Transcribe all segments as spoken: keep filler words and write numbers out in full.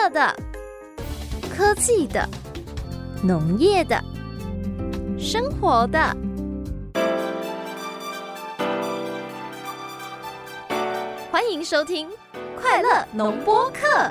乐的、科技的、农业的、生活的。欢迎收听快乐农播课。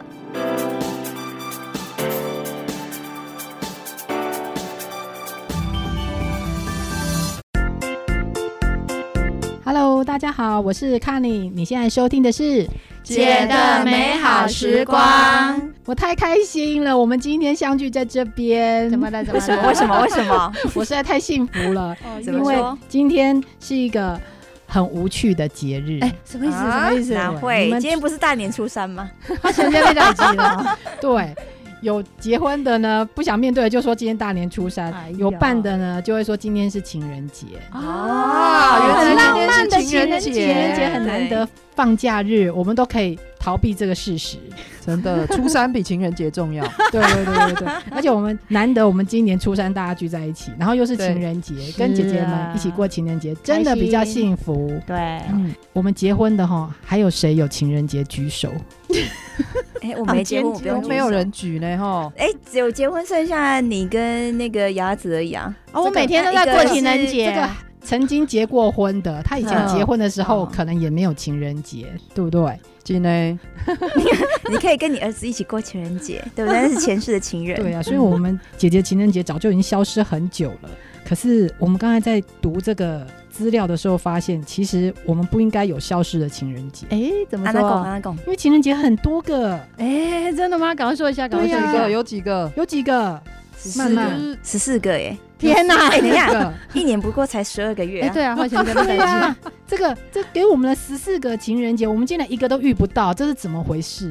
Hello， 大家好，我是 Connie， 你现在收听的是姐的美好时光。 我太开心了，我们今天相聚在这边。 怎么了？怎么了？为什么？为什么？ 我实在太幸福了， 哦、 因为今天是一个很无趣的节日。 哎，什么意思？啊、什么意思？ 哪会？今天不是大年初三吗？ 他全家被打击了。 对。有结婚的呢，不想面对的就说今天大年初三；哎、有办的呢，就会说今天是情人节。 啊，原来今天是情人节， 情人节很难得放假日，我们都可以逃避这个事实。 真的，初三比情人节重要。 对对对对对，而且我们难得我们今年初三大家聚在一起，然后又是情人节，跟姐姐们一起过情人节，真的比较幸福。 对， 嗯，我们结婚的哈，还有谁有情人节举手？ 哎、欸，我没结婚，我不用举手， 没有人举呢哈。 哎、欸，只有结婚剩下你跟那个鸭子而已啊。 哦，我每天都在过情人节。 这个曾经结过婚的，他以前结婚的时候、嗯、可能也没有情人节，对不对？ 真的， 你可以跟你儿子一起过情人节，对不对？那是前世的情人。 对啊，所以我们姐姐情人节早就已经消失很久了。可是我们刚才在读这个资料的时候发现，其实我们不应该有消失的情人节。 哎，怎么说？ 因为情人节很多个。 哎，真的吗？赶快说一下，赶快说一下。 有几个？ 有几个？ 慢慢十四个耶！ 天哪！ 哎，等一下，一年不过才十二个月、啊。 哎，对啊，花钱跟他在一起。 这个这给我们了十四个情人节，我们竟然一个都遇不到，这是怎么回事？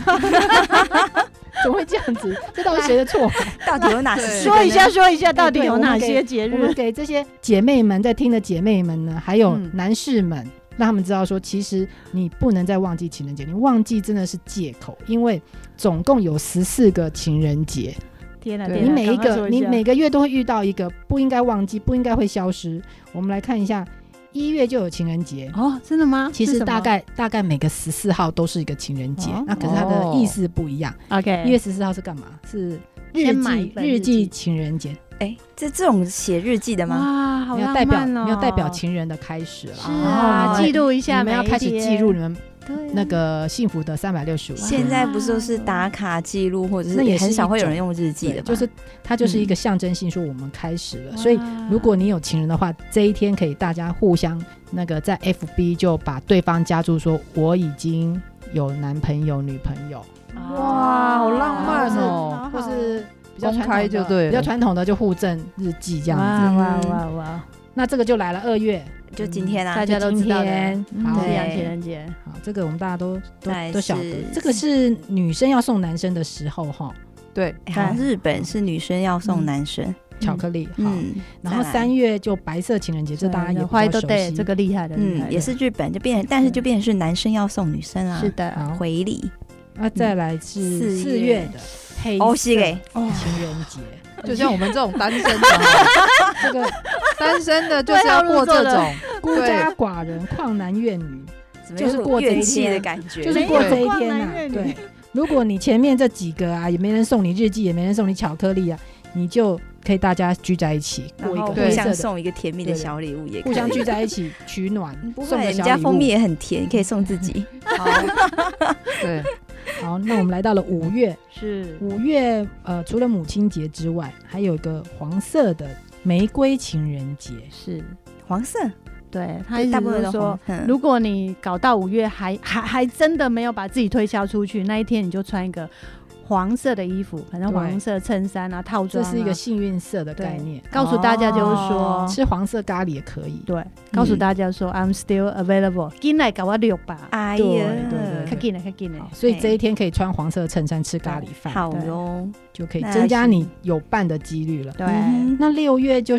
怎么会这样子？这到底谁的错？ 到底有哪些？ 说一下，说一下，到底有哪些节日？ 我们给这些姐妹们在听的姐妹们呢，还有男士们，嗯、让他们知道说，其实你不能再忘记情人节，你忘记真的是借口，因为总共有十四个情人节。 天哪！ 你每一个，你每个月都会遇到一个，不应该忘记，不应该会消失。我们来看一下。一月就有情人节哦，真的吗？ 其实大概大概每个十四号都是一个情人节，哦、那可是它的意思不一样。 OK， 一月十四号是干嘛？是日记日记情人节。 哎、欸，这这种写日记的吗？ 哇，好浪漫哦！ 没有代表没有代表情人的开始了。 是啊，记录一下， 你们要开始记录你们那个幸福的三百六十五。 现在不是都是打卡记录，或者是也很少会有人用日记的吧？ 就是它就是一个象征性，说我们开始了。嗯、所以如果你有情人的话，这一天可以大家互相那个在 F B 就把对方加注，说我已经有男朋友女朋友。 哇，好浪漫哦！ 或是比较公开就对了， 比较传统的就互赠日记这样子。 哇哇哇哇！ 那这个就来了，二月就今天啊， 大家都知道的。 好， 西洋情人节。 好，这个我们大家都都都晓得。这个是女生要送男生的时候哈。 对， 好像日本是女生要送男生巧克力。好，然后三月就白色情人节，这大家也比较熟悉。 这个厉害的， 嗯，也是日本就变成，但是就变成是男生要送女生啊。 是的， 回礼。 那再来是四月的黑色情人节。 就像我们这种单身的，这个单身的就是要过这种孤家寡人、旷男怨女，就是过这一天的感觉， 就是过这一天呐、啊。对，如果你前面这几个啊，也没人送你日记，也没人送你巧克力啊，你就可以大家聚在一起过一个互相送一个甜蜜的小礼物，也可以互相聚在一起取暖。 不会，人家蜂蜜也很甜，可以送自己。 好，对。好，那我们来到了五月， 是五月，呃，除了母亲节之外，还有一个黄色的玫瑰情人节， 是黄色。 对，他意思就是说，如果你搞到五月还还还真的没有把自己推销出去，那一天你就穿一个黄色的衣服，反正黄色衬衫啊、套装啊， 这是一个幸运色的概念。 告诉大家就是说、哦， 吃黄色咖喱也可以。 对，告诉大家说、嗯、，I'm still available， 进来给我六吧。 哎呀， 对对对， 快进来，快进来。 所以这一天可以穿黄色衬衫吃咖喱饭， 好哟， 就可以增加你有伴的几率了。 对， 那六月就是、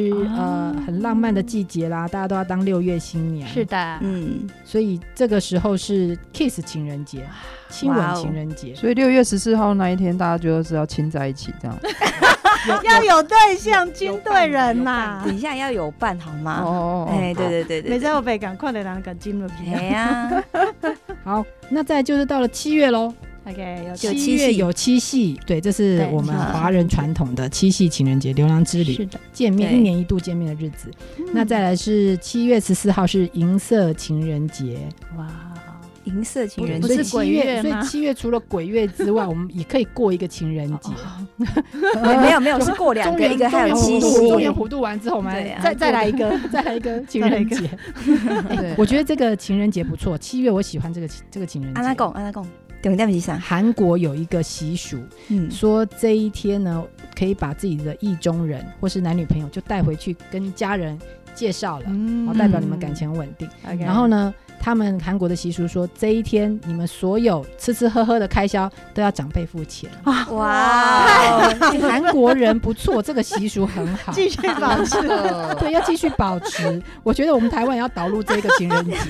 哦、呃很浪漫的季节啦，大家都要当六月新娘。 是的， 嗯， 所以这个时候是 kiss 情人节。亲吻情人节， 所以六月十四号那一天，大家就是要亲在一起，这样要有对象，亲对人呐。 等一下要有伴好吗？哦，哎，对对对对， 没在我北港，快点人敢亲了。 哎呀， 好，那再就是到了七月喽。 OK， 有七月有七夕，对，这是我们华人传统的七夕情人节，牛郎织女是的见面，一年一度见面的日子。那再来是七月十四号是银色情人节， 哇， 银色情人节， 节， 所以七月，所以七月除了鬼月之外，我们也可以过一个情人节。 没有没有，是过两个，一个还有七夕。 中元普渡完之后，我们再再来一个，再来一个情人节。我觉得这个情人节不错，七月我喜欢这个这个情人节。 安拉贡，安拉贡。 韩国有一个习俗、嗯、说这一天呢可以把自己的意中人或是男女朋友就带回去跟家人介绍了、嗯、代表你们感情稳定、嗯、然后呢他们韩国的习俗说这一天你们所有吃吃喝喝的开销都要长辈付钱。哇，韩国人不错，这个习俗很好， 继续保持对，要继续保持。我觉得我们台湾也要导入这个情人节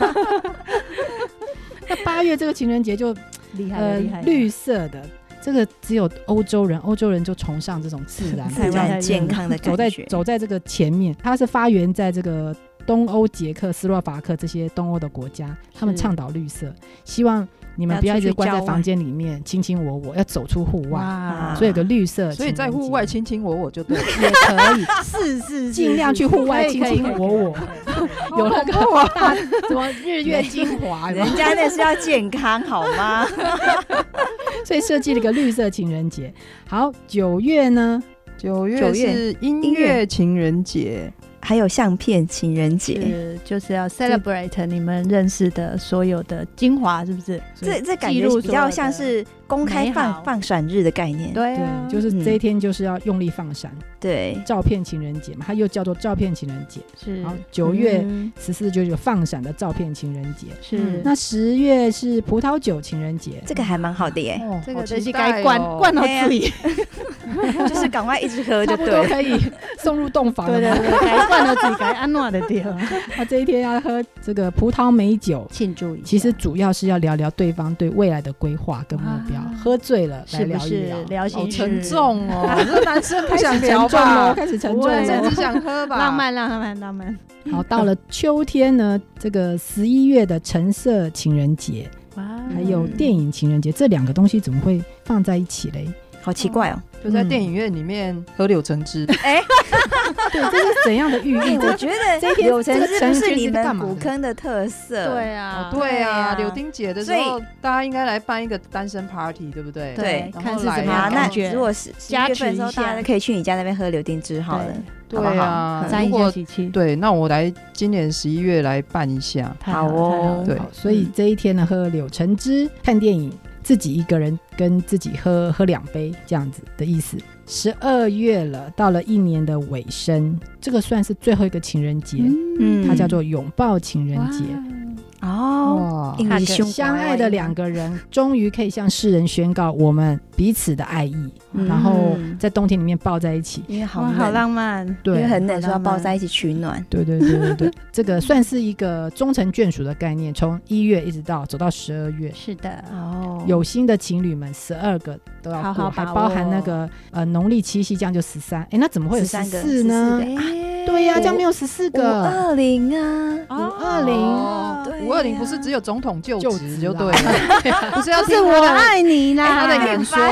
那八月这个情人节就厉害了，厉害了， 绿色的，这个只有欧洲人，欧洲人就崇尚这种自然、 自然健康的感觉， 走在走在这个前面。它是发源在这个东欧、捷克、斯洛伐克这些东欧的国家，他们倡导绿色，希望你们不要一直关在房间里面卿卿我我，要走出户外。所以有个绿色， 所以在户外卿卿我我就对了， 也可以， 是是， 尽量去户外卿卿我我。有那个大什么日月精华， 人家那是要健康好吗？ 所以设计了一个绿色情人节。好，九月呢？ 九月是音乐情人节。 还有相片情人节， 是就是要 celebrate 你们认识的所有的精华，是不是？ 这这感觉比较像是公开放放闪日的概念。 对、啊、对，就是这一天就是要用力放闪。 对、 嗯，照片情人节嘛，它又叫做照片情人节。 是。 好，九月十四就有放闪的照片情人节。 是、 嗯。那十月是葡萄酒情人节， 这个还蛮好的耶。 哦、这个就是该灌、哦、灌到嘴， 就是赶快一直喝就对了， 可以送入洞房了。 对对对，该灌到嘴，该安暖的地方。 那这一天要喝这个葡萄美酒， 庆祝一下。 其实主要是要聊聊对方对未来的规划跟目标。喝醉了来聊一聊， 聊好沉重哦。这男生不想聊吧？开始沉重了， 甚至想喝吧？ 浪漫，浪漫，浪漫。 好，到了秋天呢，这个十一月的橙色情人节，还有电影情人节，这两个东西怎么会放在一起嘞？ 好奇怪哦。 就在电影院里面喝柳橙汁，哎、 嗯，对，这是怎样的寓意？ 我觉得柳橙汁不是你们古坑的特色， 对啊， 哦、对啊，柳丁节的时候，大家应该来办一个单身 party， 对不对？ 对， 看是什么啊？那如果是十月份的时候，大家可以去你家那边喝柳丁汁好了， 对啊， 沾一下喜气。 对，那我来今年十一月来办一下， 好哦。 对， 所以这一天呢，喝柳橙汁，看电影。自己一个人跟自己喝喝两杯这样子的意思。十二月了，到了一年的尾声，这个算是最后一个情人节，嗯，它叫做拥抱情人节。哦，相爱的两个人终于可以向世人宣告我们彼此的爱意，嗯、然后在冬天里面抱在一起， 因为好冷，好浪漫， 对， 因为很冷，说要抱在一起取暖。 对对对对对，这个算是一个终成眷属的概念，从一月一直到走到十二月。 是的， 哦，有心的情侣们十二个都要过，好好还包含那个呃农历七夕，这样就十三。哎，那怎么会有十四呢？对呀、啊，这样没有十四个。 五二零啊， 五二零， 五二零不是只有总统就职就对了，不是要是我爱你啦， 他的演说。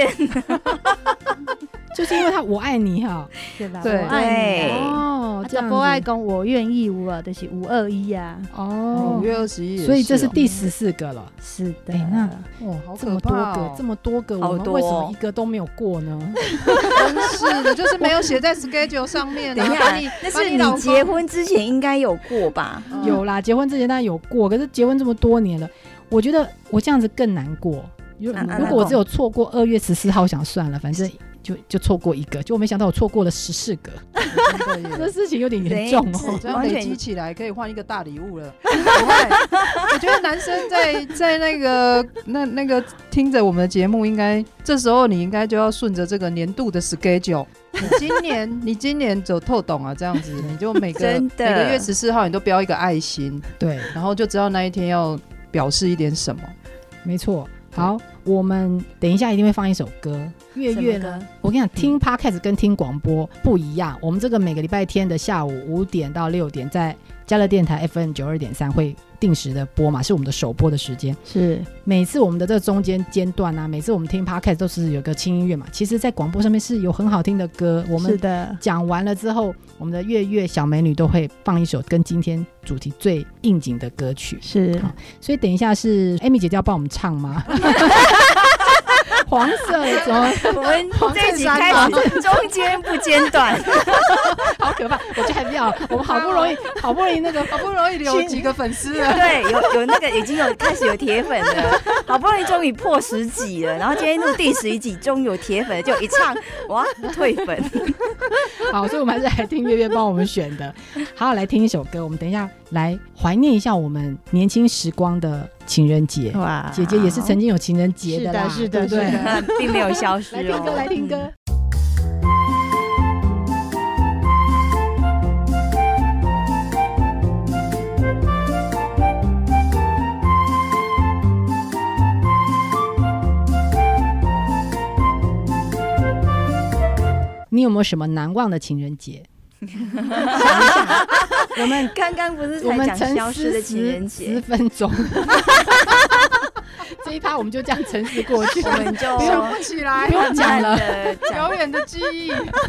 就是因为他我爱你哈， 对吧？ 对， 我爱你哦， 这样不爱讲我愿意五二的是五二一呀， 哦， 五月二十一， 所以这是第十四个了。 是的， 那哇，好这么多个，这么多个，我们为什么一个都没有过呢？ 真是的，就是没有写在 schedule 上面。 等一下，那是你结婚之前应该有过吧？ 有啦，结婚之前当然有过，可是结婚这么多年了，我觉得我这样子更难过。如果我只有错过二月十四号，我想算了，反正。就就错过一个，就我没想到我错过了十四个，这事情有点严重哦。 这样累积起来可以换一个大礼物了。我觉得男生在在那个那那个听着我们的节目，应该这时候你应该就要顺着这个年度的 schedule。你今年你今年走透懂啊，这样子你就每个每个月十四号你都标一个爱心， 对， 然后就知道那一天要表示一点什么。 没错。好，我们等一下一定会放一首歌。月月呢？我跟你讲，听 podcast 跟听广播不一样。我们这个每个礼拜天的下午五点到六点，在嘉乐电台 F M 九二点三会定时的播嘛，是我们的首播的时间。 是每次我们的这个中间间段啊，每次我们听 podcast 都是有个轻音乐嘛，其实在广播上面是有很好听的歌，我们讲完了之后，我们的月月小美女都会放一首跟今天主题最应景的歌曲。 是， 所以等一下是 Amy 姐姐要帮我们唱吗？黄色的怎么？ 我们这一集开始中间不间断， 好可怕！我觉得还不要，我们好不容易，好不容易那个， 好不容易留几个粉丝了， 对，有有那个已经有开始有铁粉了，好不容易终于破十集了，然后今天录第十一集，终于有铁粉了，就一唱哇退粉。 好，所以我们还是来听月月帮我们选的，好好来听一首歌。我们等一下来怀念一下我们年轻时光的情人节。哇，姐姐也是曾经有情人节的啦， 是的，是的， 对不对？ 并没有消失哦。 来听歌，来听歌。嗯你有没有什么难忘的情人节？想一想，我们刚刚不是才讲消失的情人节十分钟，这一趴我们就这样沉思过去， 我们就不用起来， 不用讲了， 遥远的记忆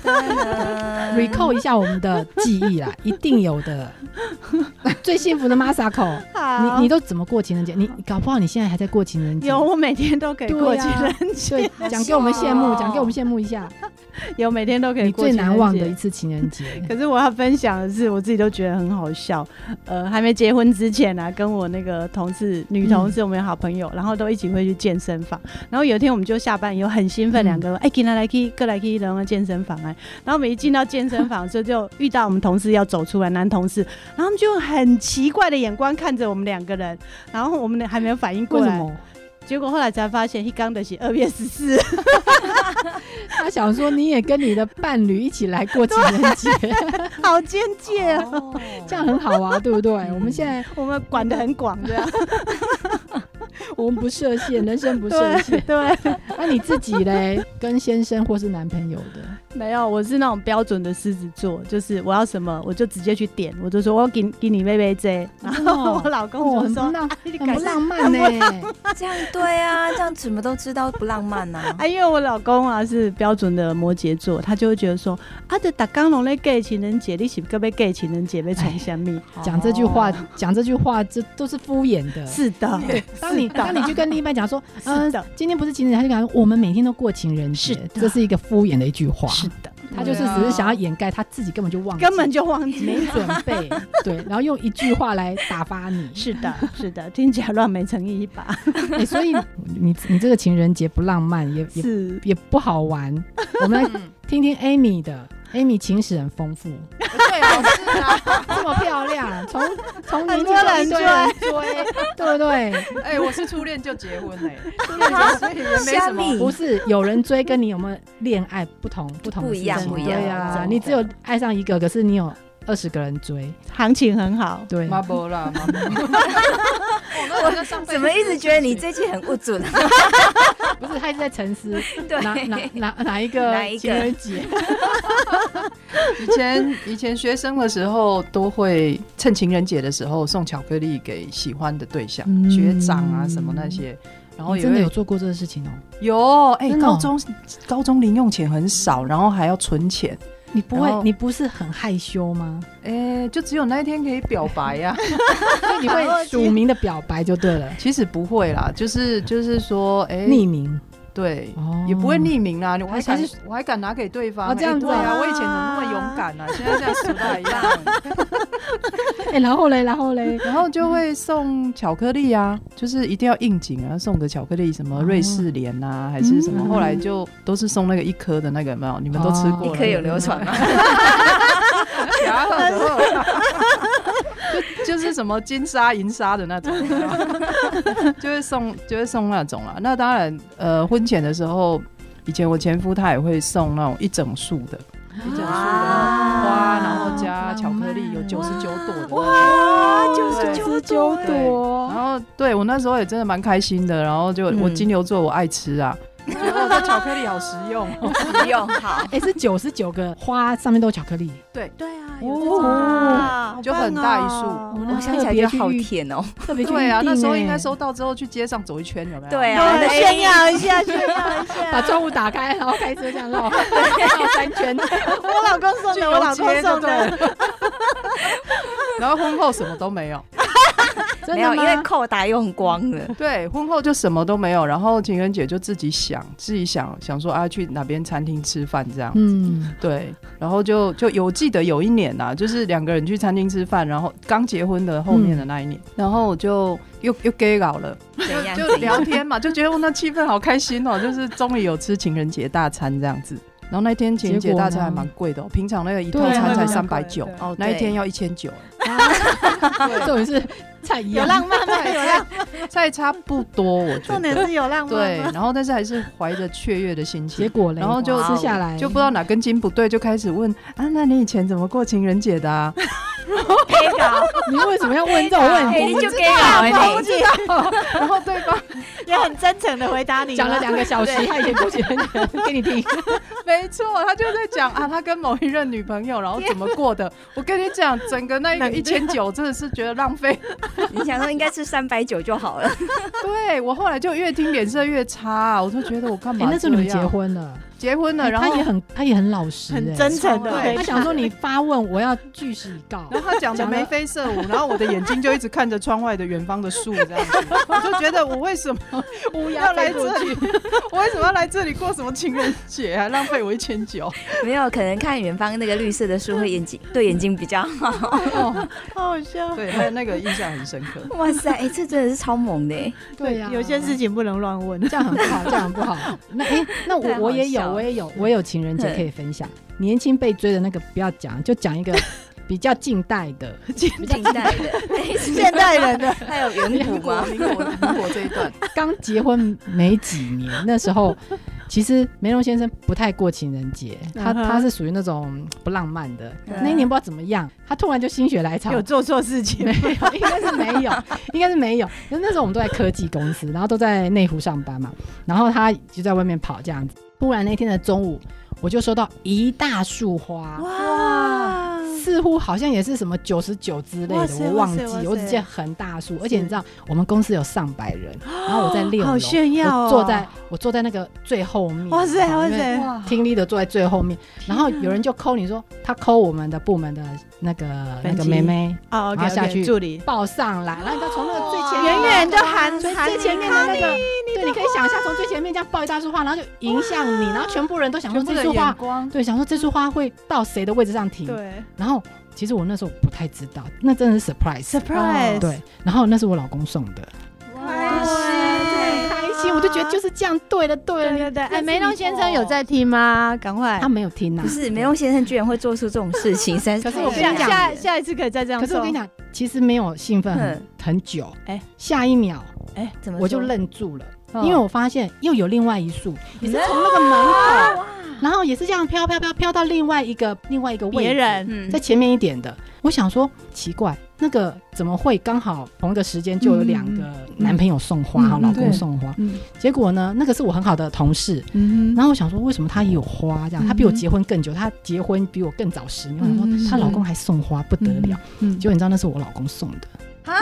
，recall 一下我们的记忆啦，一定有的。最幸福的 Masako， 你你都怎么过情人节？你搞不好你现在还在过情人节。 有，我每天都可以过情人节， 讲给我们羡慕，讲给我们羡慕一下。 有，每天都可以过情人节。 你最难忘的一次情人节。 可是我要分享的是，我自己都觉得很好笑。呃，还没结婚之前啊，跟我那个同事、女同事，我们有好朋友，然后都一起会去健身房。然后有一天我们就下班以后很兴奋，两个人哎，今天来去，过来去人家健身房哎。然后我们一进到健身房的时候，就遇到我们同事要走出来，男同事，然后他们就很奇怪的眼光看着我们两个人，然后我们还没有反应过来。结果后来才发现，一刚的是二月十四。 他想说，你也跟你的伴侣一起来过情人节， 好奸介哦， 这样很好啊，对不对？我们现在我们管得很广，这样。 我们不设限，人生不设限。 对， 那、啊、你自己嘞，跟先生或是男朋友的？ 没有，我是那种标准的狮子座，就是我要什么我就直接去点，我就说我要给给你妹妹这，然后我老公就说、 哦、很不浪很不浪漫呢、欸。 这样对啊，这样什么都知道不浪漫啊。 啊，因为我老公啊是标准的摩羯座，他就会觉得说啊，这打刚龙在 gay 情人节，你是不是 gay 情人节被冲下面？ 讲这句话，讲、哦、这句话，这都是敷衍的。 是的， 对。当你当你去跟另一半讲说，呃，今天不是情人节，他就讲我们每天都过情人节，这是一个敷衍的一句话。 是的。 他就是只是想要掩盖他自己根本就忘记， 根本就忘记没准备，对，然后用一句话来打发你。 是的，是的，听起来乱没诚意一把。 欸、所以你你这个情人节不浪漫，也也也不好玩。我们来听听 Amy 的。Amy 情史很丰富， 对，我是啊， 这么漂亮，从从很多人追， 对不对？ 哎、欸，我是初恋就结婚嘞、欸，初恋就所以也没什么。 不是有人追跟你有没有恋爱不同不同不一样不一样。 对啊，你只有爱上一个，可是你有二十个人追， 行情很好。 对， 妈不啦，妈不。 我怎么一直觉得你这句很不准？ 不是，他一直在沉思， 对， 哪哪哪哪一个情人节？ 以前以前学生的时候，都会趁情人节的时候送巧克力给喜欢的对象，嗯、学长啊什么那些。然后真的有做过这个事情哦？ 有，哎、欸，高中高中零用钱很少，然后还要存钱。 你不会，你不是很害羞吗？ 哎、欸，就只有那一天可以表白呀、啊， 所以你会署名的表白就对了。 其实不会啦，就是就是说，哎、欸， 匿名。 对、哦，也不会匿名啦，我还敢，我还敢拿给对方。 哦，这样子、 欸、对啊，我以前怎么那么勇敢啊？现在这样死不太一样。 哎、欸，然后嘞，然后嘞， 然后就会送巧克力啊，就是一定要应景啊，送个巧克力，什么瑞士莲啊，哦、还是什么、嗯？后来就都是送那个一颗的那个，有没有？你们都吃过、 哦？一颗有流传吗？ 假的。就就是什么金沙银沙的那种，就会送就会送那种啦。那当然，呃，婚前的时候，以前我前夫他也会送那种一整束的，一整束的花，然后加巧克力，有九十九朵的。 哇，九十九朵！ 然后对我那时候也真的蛮开心的。然后就、嗯、我金牛座，我爱吃啊。 哦，这巧克力好实用， 实用好。 哎、是九十九个花上面都有巧克力， 对， 对啊， 哦有这种哇就很大一束哦我想起来觉得好甜哦。 特别去对啊， 预定那时候欸应该收到之后去街上走一圈，有没有？ 对啊， 对，炫耀一下，炫耀一下。 把窗户打开，然后开车这样绕绕三圈。 我老公送的，我老公送的。 然后婚后什么都没有， 没有， 真的吗？ 因为扣打用光了。 对，婚后就什么都没有，然后情人节就自己想，自己想想说啊，去哪边餐厅吃饭这样。 嗯， 对，然后就就有记得有一年啊，就是两个人去餐厅吃饭，然后刚结婚的后面的那一年，嗯、然后我就又又 gay 搞了， 怎样？ 就就聊天嘛，就觉得我那气氛好开心哦，就是终于有吃情人节大餐这样子。然后那天情人节大餐还蛮贵的、哦，平常那个一套餐才三百九，那一天要一千九。 重点是菜一样， 有浪漫吗？有浪漫， 菜差不多，我觉得。 重点是有浪漫。 对，然后但是还是怀着雀跃的心情。 结果嘞， 然后就吃下来， 就不知道哪根筋不对，就开始问啊，那你以前怎么过情人节的啊？ 黑搞， 你为什么要问这种问题？ 你就黑搞哎， 我不知道。 然后对方也很真诚的回答你， 讲了两个小时，他以前过情人节给你听。 没错，他就在讲啊，他跟某一任女朋友，然后怎么过的。我跟你讲，整个那个一千九真的是觉得浪费。 你想说应该是三百九就好了。 对，我后来就越听脸色越差、啊，我就觉得我干嘛、 欸？那时候你们结婚了。 结婚了，然后他也很他也很老实、欸， 很真诚的。 他想说你发问，我要据实以告。 然后他讲的眉飞色舞，然后我的眼睛就一直看着窗外的远方的树，这样子，我就觉得我为什么乌要来这里？我为什么要来这里过什么情人节？还浪费我一千九？ 没有，可能看远方那个绿色的树会眼睛对眼睛比较好。 哦， 好好笑。 对，那那个印象很深刻。 哇塞，哎、欸，这真的是超猛的哎。 对呀、啊， 有些事情不能乱问， 这样很不好，这样很不好。那哎、欸，那我我也有，我也有，我也有情人节可以分享。年轻被追的那个不要讲，就讲一个比较近代的， 近代的， 现代人的， 还有远古吗？ 民国民国这一段， 刚结婚没几年，那时候其实梅隆先生不太过情人节，他他是属于那种不浪漫的。那一年不知道怎么样，他突然就心血来潮， 有做错事情没有？应该是没有，应该是没有。因为那时候我们都在科技公司，然后都在内湖上班嘛，然后他就在外面跑这样子。突然那天的中午，我就收到一大束花，哇！似乎好像也是什么九十九之类的，我忘记，我只记得很大束，而且你知道我们公司有上百人，然后我在六楼， 好炫耀哦！ 我坐在我坐在那个最后面， 哇塞哇塞， 听力的坐在最后面，然后有人就call你说他call我们的部门的那个那个妹妹， 哦， 然后下去助理抱上来，然后你就从那个最前面远远就喊最前面的那个，对，你可以想象从最前面这样抱一大束花，然后就迎向你，然后全部人都想说这束花，对，想说这束花会到谁的位置上停， 对， 然后。其实我那时候不太知道，那真的是 surprise，surprise， 对。然后那是我老公送的， 哇， 太开心！我就觉得就是这样，对了，对了， 对对对。哎，梅隆先生有在听吗？赶快， 他没有听啊。 不是，梅隆先生居然会做出这种事情，可是我跟你讲，下下一次可以再这样。 可是我跟你讲，其实没有兴奋很很久，哎，下一秒， 哎，怎么我就愣住了，因为我发现又有另外一束，也是从那个门口。然后也是这样飘飘飘飘到另外一个另外一个位置， 别人在前面一点的。嗯、我想说奇怪，那个怎么会刚好同一个时间就有两个男朋友送花，嗯、老公送花？嗯、结果呢，那个是我很好的同事。嗯、然后我想说，为什么他也有花？这样，他比我结婚更久，他结婚比我更早十年。我想说，她老公还送花，不得了。嗯、结果你知道那是我老公送的啊。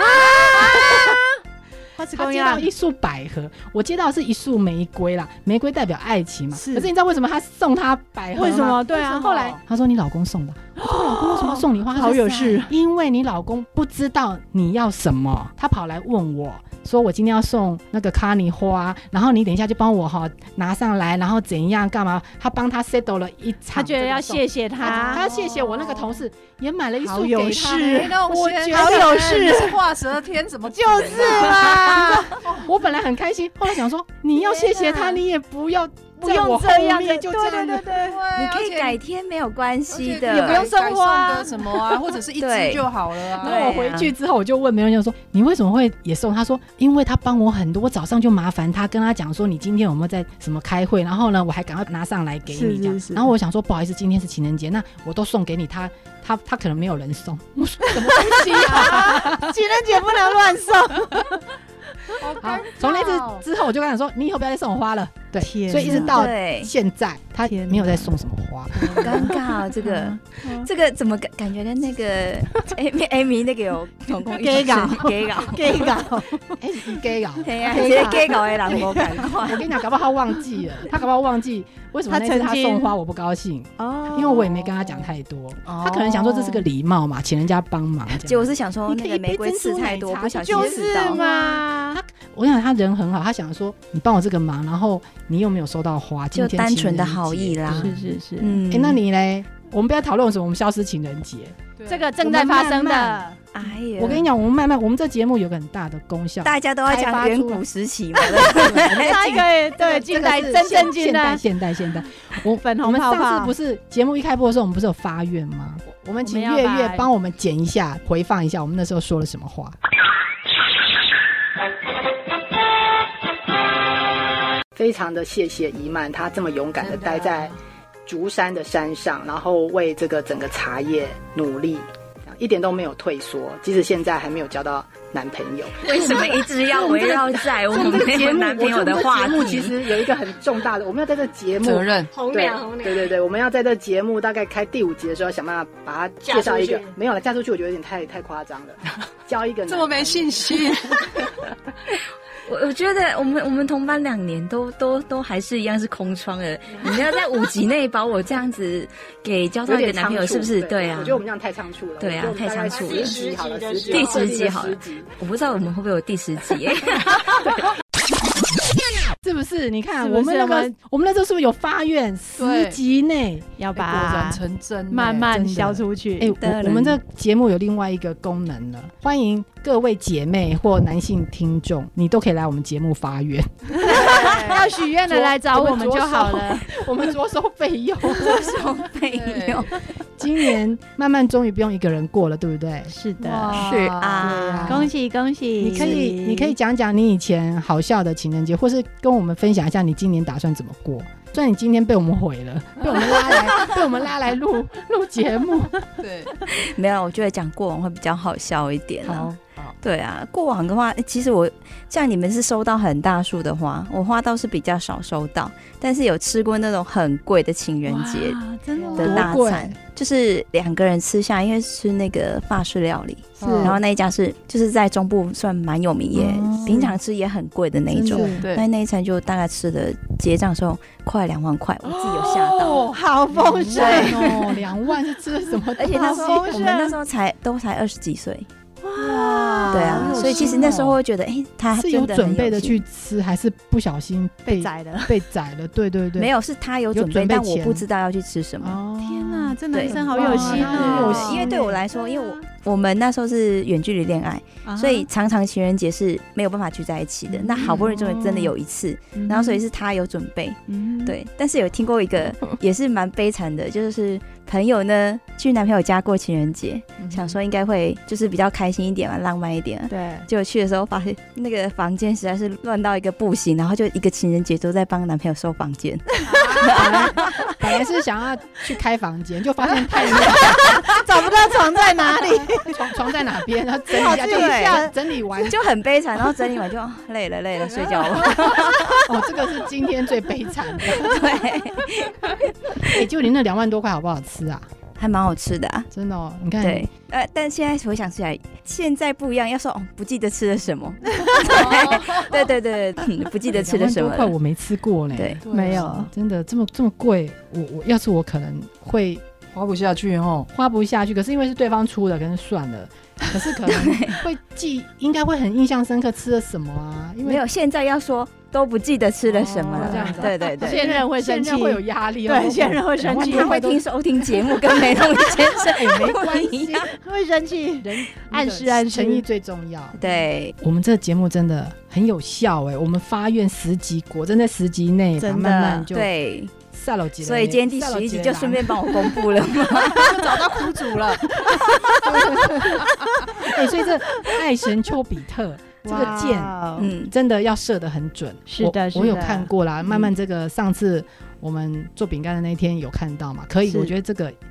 他接到一束百合，我接到的是一束玫瑰啦，玫瑰代表爱情嘛。是可是你知道为什么他送他百合吗？ 为什么？对啊。 后来他说你老公送的，我说我老公为什么要送你花？ 好有事。 因为你老公不知道你要什么，他跑来问我。说我今天要送那个卡尼花，然后你等一下就帮我哈拿上来，然后怎样干嘛？他帮他 settle 了一场， 他觉得要谢谢他， 他, 他要谢谢我那个同事，也买了一束给他。 我觉得好有事， 画蛇添什么？ 就是啦， 我本来很开心，后来想说你要谢谢他，你也不要。 不用这样， 就这样， 对对对， 你可以改天没有关系的， 也不用送花什么啊，或者是一支就好了啊。 然后我回去之后，我就问梅隆先生说：“你为什么会也送？”他说：“因为他帮我很多，我早上就麻烦他跟他讲说，你今天有没有在什么开会？然后呢，我还赶快拿上来给你这样。然后我想说，不好意思，今天是情人节，那我都送给你，他他他可能没有人送。我说什么东西啊？ 情人节不能乱送。” 好，从那次之后我就跟他说，你以后不要再送我花了。对， 天哪所以一直到对现在，他没有再送什么花。 好尴尬哦，这个这个怎么感感觉跟那个 Amy Amy 那个有同工给搞给搞给搞， 哎，你 gay 搞？ 对呀，这些给搞的人无赶快。 我跟你讲，搞不好他忘记了，他搞不好忘记为什么那次他送花我不高兴哦，因为我也没跟他讲太多，他可能想说这是个礼貌嘛，请人家帮忙。 结果是想说那个玫瑰刺太多，不小心刺到嘛。 我想他人很好，他想说你帮我这个忙，然后你又没有收到花， 就单纯的好意啦。 是是是， 嗯，哎，那你嘞？我们不要讨论什么，我们消失情人节， 这个正在发生的。 哎呀， 我跟你讲，我们慢慢，我们这节目有个很大的功效， 大家都要讲远古时期嘛， 下一个对近代真正近代现代现代。我粉红泡泡， 我们上次不是节目一开播的时候，我们不是有发愿吗？我们请月月帮我们剪一下，回放一下我们那时候说了什么话。非常的谢谢怡曼，她这么勇敢的待在竹山的山上，然后为这个整个茶叶努力，一点都没有退缩，即使现在还没有交到男朋友。 为什么一直要围绕在我们没有男朋友的话题？ 其实有一个很重大的，我们要在这节目责任， 红娘红娘，对对对，我们要在这节目大概开第五集的时候，想办法把它介绍一个。没有了，嫁出去我觉得有点太太夸张了，交一个这么没信心。 我我觉得我们我们同班两年都都都还是一样是空窗的，你们要在五集内把我这样子给交到一个男朋友，是不是？对啊， 我觉得我们这样太仓促了。 对啊，太仓促了。 十集好了，十集第十集好了，我不知道我们会不会有第十集。 是不是？你看我们那个，我们那时候是不是有发愿十集内要把果然成真， 慢慢消出去？ 哎，我我们这节目有另外一个功能了，欢迎各位姐妹或男性听众，你都可以来我们节目发愿。 要许愿的来找我们就好了， 我们着收费用， 着收费用。 今年慢慢终于不用一个人过了，对不对？ 是的， 是啊， 恭喜恭喜！ 你可以你可以讲讲你以前好笑的情人节，或是跟我们分享一下你今年打算怎么过。虽然你今天被我们毁了，被我们拉来被我们拉来录录节目， 对， 没有，我觉得讲过往会比较好笑一点啊。 好， 对啊，过往的话，其实我像你们是收到很大束的花，我花倒是比较少收到，但是有吃过那种很贵的情人节的大餐，就是两个人吃下，因为吃那个法式料理，然后那一家是就是在中部算蛮有名，也、哦、平常吃也很贵的那一种，那那一餐就大概吃的结账的时候快两万块，我自己有吓到， 哦、好丰盛哦，两万是吃了什么？ 而且那时候我们那时候才都才二十几岁。哇，对啊，所以其实那时候会觉得，哎、欸，他是有准备的去吃，还是不小心被宰了？ 被宰了，对对对， 没有，是他有准备，准备但我不知道要去吃什么。 哦、天哪，这男生好有心哦！ 因为对我来说，因为我我们那时候是远距离恋爱，啊、所以常常情人节是没有办法聚在一起的。嗯、那好不容易终于真的有一次，嗯、然后所以是他有准备，嗯、对。但是有听过一个也是蛮悲惨的，就是朋友呢去男朋友家过情人节，嗯、想说应该会就是比较开心一点嘛，浪漫一点。 对， 结果去的时候发现那个房间实在是乱到一个不行，然后就一个情人节都在帮男朋友收房间。 啊、本来是想要去开房间，就发现太乱， 找不到床在哪里， 床床在哪边，然后整理一下就对， 整理完就很悲惨，然后整理完就、哦、累了累了睡觉了。 哦，这个是今天最悲惨的。 对， 哎、欸，就你那两万多块好不好吃啊？ 还蛮好吃的啊， 真的哦。你看， 对，呃，但现在回想起来，现在不一样，要说哦，不记得吃了什么。对对对对，不记得吃了什么。 两万多块我没吃过呢， 对， 没有， 真的这么这么贵，我我要是我可能会花不下去哦， 花不下去。可是因为是对方出的，可能算了。可是可能会记，应该会很印象深刻吃了什么啊？因为没有，现在要说都不记得吃了什么了， 哦、这样子、啊。 对对对， 现任会生气， 会有压力、 哦。对，现任会生气， 他会听收听节目，跟梅东先生也没关系， 会生气。人暗示暗示， 诚意最重要。 对， 我们这个节目真的很有效哎、欸，我们发愿十集，果真在十集内， 真的慢慢就对。 所以今天第十一集就顺便帮我公布了吗？ 找到苦主了。 哎、欸，所以这爱神丘比特这个箭，嗯，真的要射得很准。 是的，是的， 我有看过啦。慢慢这个上次我们做饼干的那天有看到嘛？可以，我觉得这个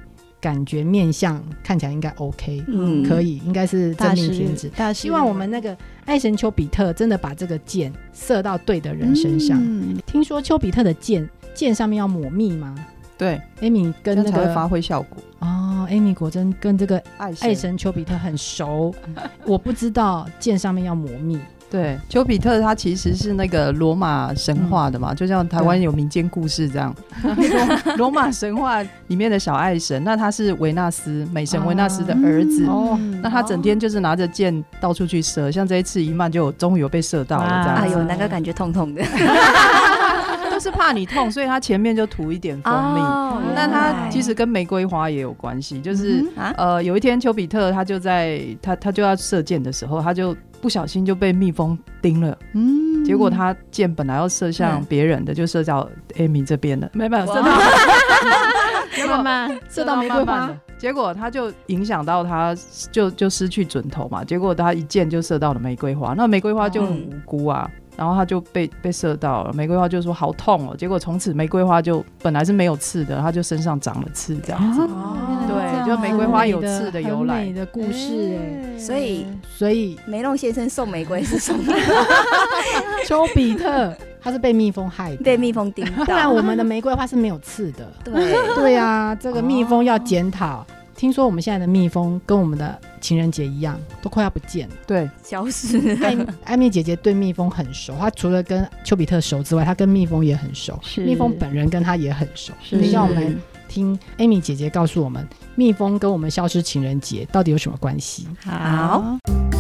感觉面相看起来应该 OK， 嗯可以，应该是正命天子。 大希望我们那个爱神丘比特真的把这个箭射到对的人身上。 嗯听说丘比特的箭箭上面要抹蜜吗？ 对 Amy 跟那个这样才会发挥效果。 哦 Amy 果真跟这个爱神爱神丘比特很熟，我不知道箭上面要抹蜜。 对，丘比特他其实是那个罗马神话的嘛，嗯、就像台湾有民间故事这样。罗马神话里面的小爱神，那他是维纳斯，美神维纳斯的儿子。哦，那他整天就是拿着箭到处去射，像这一次一曼就有终于有被射到了这样。 哎呦，那个感觉痛痛的。 都是怕你痛，所以他前面就涂一点蜂蜜。哦、那他其实跟玫瑰花也有关系，就是、嗯啊、呃，有一天丘比特他就在他他就要射箭的时候，他就不小心就被蜜蜂叮了。嗯，结果他箭本来要射向别人的，嗯、就射到 Amy 这边的，没办法射到， 结果射到玫瑰花。 结果他就影响到他就就失去准头嘛，结果他一箭就射到了玫瑰花，那玫瑰花就很无辜啊。嗯，然后他就被被射到了，玫瑰花就说好痛哦，结果从此玫瑰花就本来是没有刺的，它就身上长了刺这样子。哦，对，就玫瑰花有刺的由来， 很美的故事哎。 所以所以梅隆先生送玫瑰是送丘比特他是被蜜蜂害的， 被蜜蜂叮到， 不然我们的玫瑰花是没有刺的。 对对啊，这个蜜蜂要检讨。哦，听说我们现在的蜜蜂跟我们的情人节一样，都快要不见了， 对， 消失了。 艾艾米姐姐对蜜蜂很熟，她除了跟丘比特熟之外，她跟蜜蜂也很熟，蜜蜂本人跟她也很熟。等一下我们听艾米姐姐告诉我们，蜜蜂跟我们消失情人节到底有什么关系？ 好。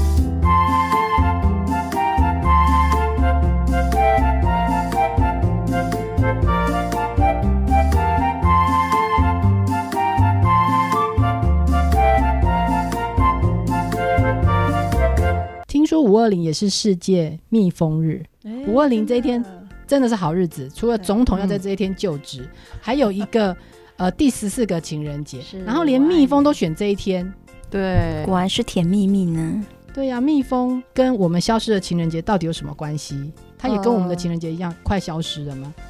听说五二零也是世界蜜蜂日，五二零这一天真的是好日子，除了总统要在这一天就职，还有一个呃第十四个情人节，然后连蜜蜂都选这一天， 对， 果然是甜蜜蜜呢。 对呀，啊，蜜蜂跟我们消失的情人节到底有什么关系？它也跟我们的情人节一样，呃、快消失了吗？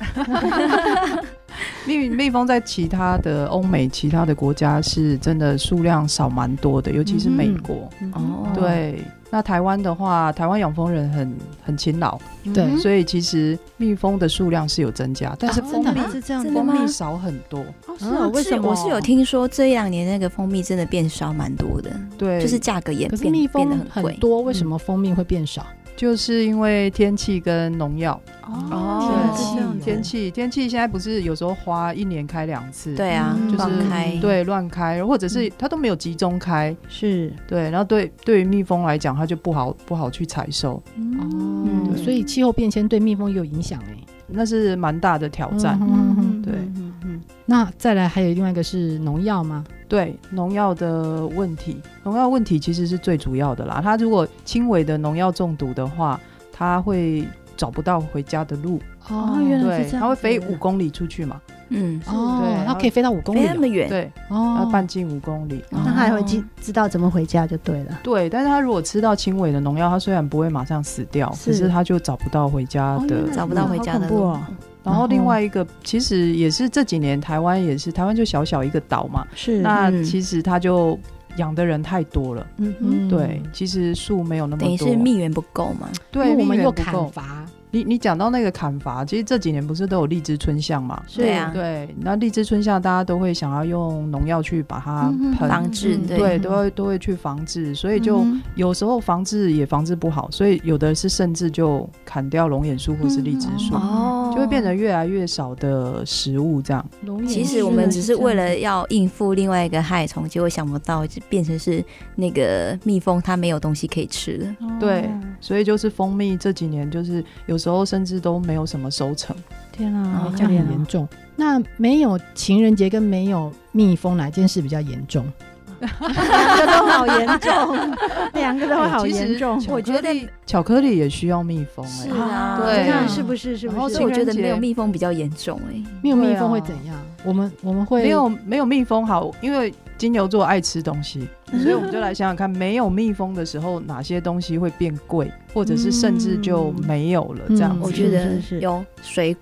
蜜蜜蜂在其他的欧美、其他的国家是真的数量少蛮多的，尤其是美国。嗯嗯、对，那台湾的话，台湾养蜂人很很勤劳，对，所以其实蜜蜂的数量是有增加，但是蜂蜜， 啊，是这样， 蜂蜜少很多。 哦，是哦，为什么？我是有听说这一两年那个蜂蜜真的变少蛮多的，对，就是价格也变可是蜜蜂变得很贵。 很多，为什么蜂蜜会变少？ 就是因为天气跟农药。 哦， 天气天气天气现在不是有时候花一年开两次， 对啊， 就是乱开， 对，乱开，或者是它都没有集中开， 是对，然后对对于蜜蜂来讲，它就不好不好去采收。哦， 嗯，所以气候变迁对蜜蜂也有影响哎， 那是蛮大的挑战。 嗯嗯， 对， 嗯嗯，那再来还有另外一个是农药吗？ 对，农药的问题，农药问题其实是最主要的啦。它如果轻微的农药中毒的话，它会找不到回家的路。 哦，原来是这样， 它会飞五公里出去嘛。 嗯， 哦，对，它可以飞到五公里， 飞那么远， 对，哦，半径五公里， 那它还会知知道怎么回家就对了。 对，但是它如果吃到轻微的农药，它虽然不会马上死掉，可是它就找不到回家的， 找不到回家的路。 然后另外一个，其实也是这几年台湾也是，台湾就小小一个岛嘛， 是， 那其实它就养的人太多了，嗯嗯，对，其实树没有那么多， 等于是蜜源不够嘛， 对，我们又砍伐。 你你讲到那个砍伐，其实这几年不是都有荔枝春象嘛？ 对啊， 对，那荔枝春象大家都会想要用农药去把它喷防治， 对，对，都会都会去防治，所以就有时候防治也防治不好，所以有的是甚至就砍掉龙眼树或是荔枝树，哦，就会变得越来越少的食物这样。 其实我们只是为了要应付另外一个害虫，结果想不到就变成是那个蜜蜂它没有东西可以吃了， 哦，对，所以就是蜂蜜这几年就是有时候甚至都没有什么收成。 天啊，这样很严重。那没有情人节跟没有蜜蜂哪件事比较严重？ 两个都好严重，两个都好严重。 我觉得巧克力也需要蜜蜂，哎， 是啊， 对，是不是？是不是？ 所以我觉得没有蜜蜂比较严重，哎， 没有蜜蜂会怎样？我们我们会没有没有蜜蜂好，因为金牛座爱吃东西，所以我们就来想想看，没有蜜蜂的时候，哪些东西会变贵，或者是甚至就没有了？这样子， 我觉得有水果。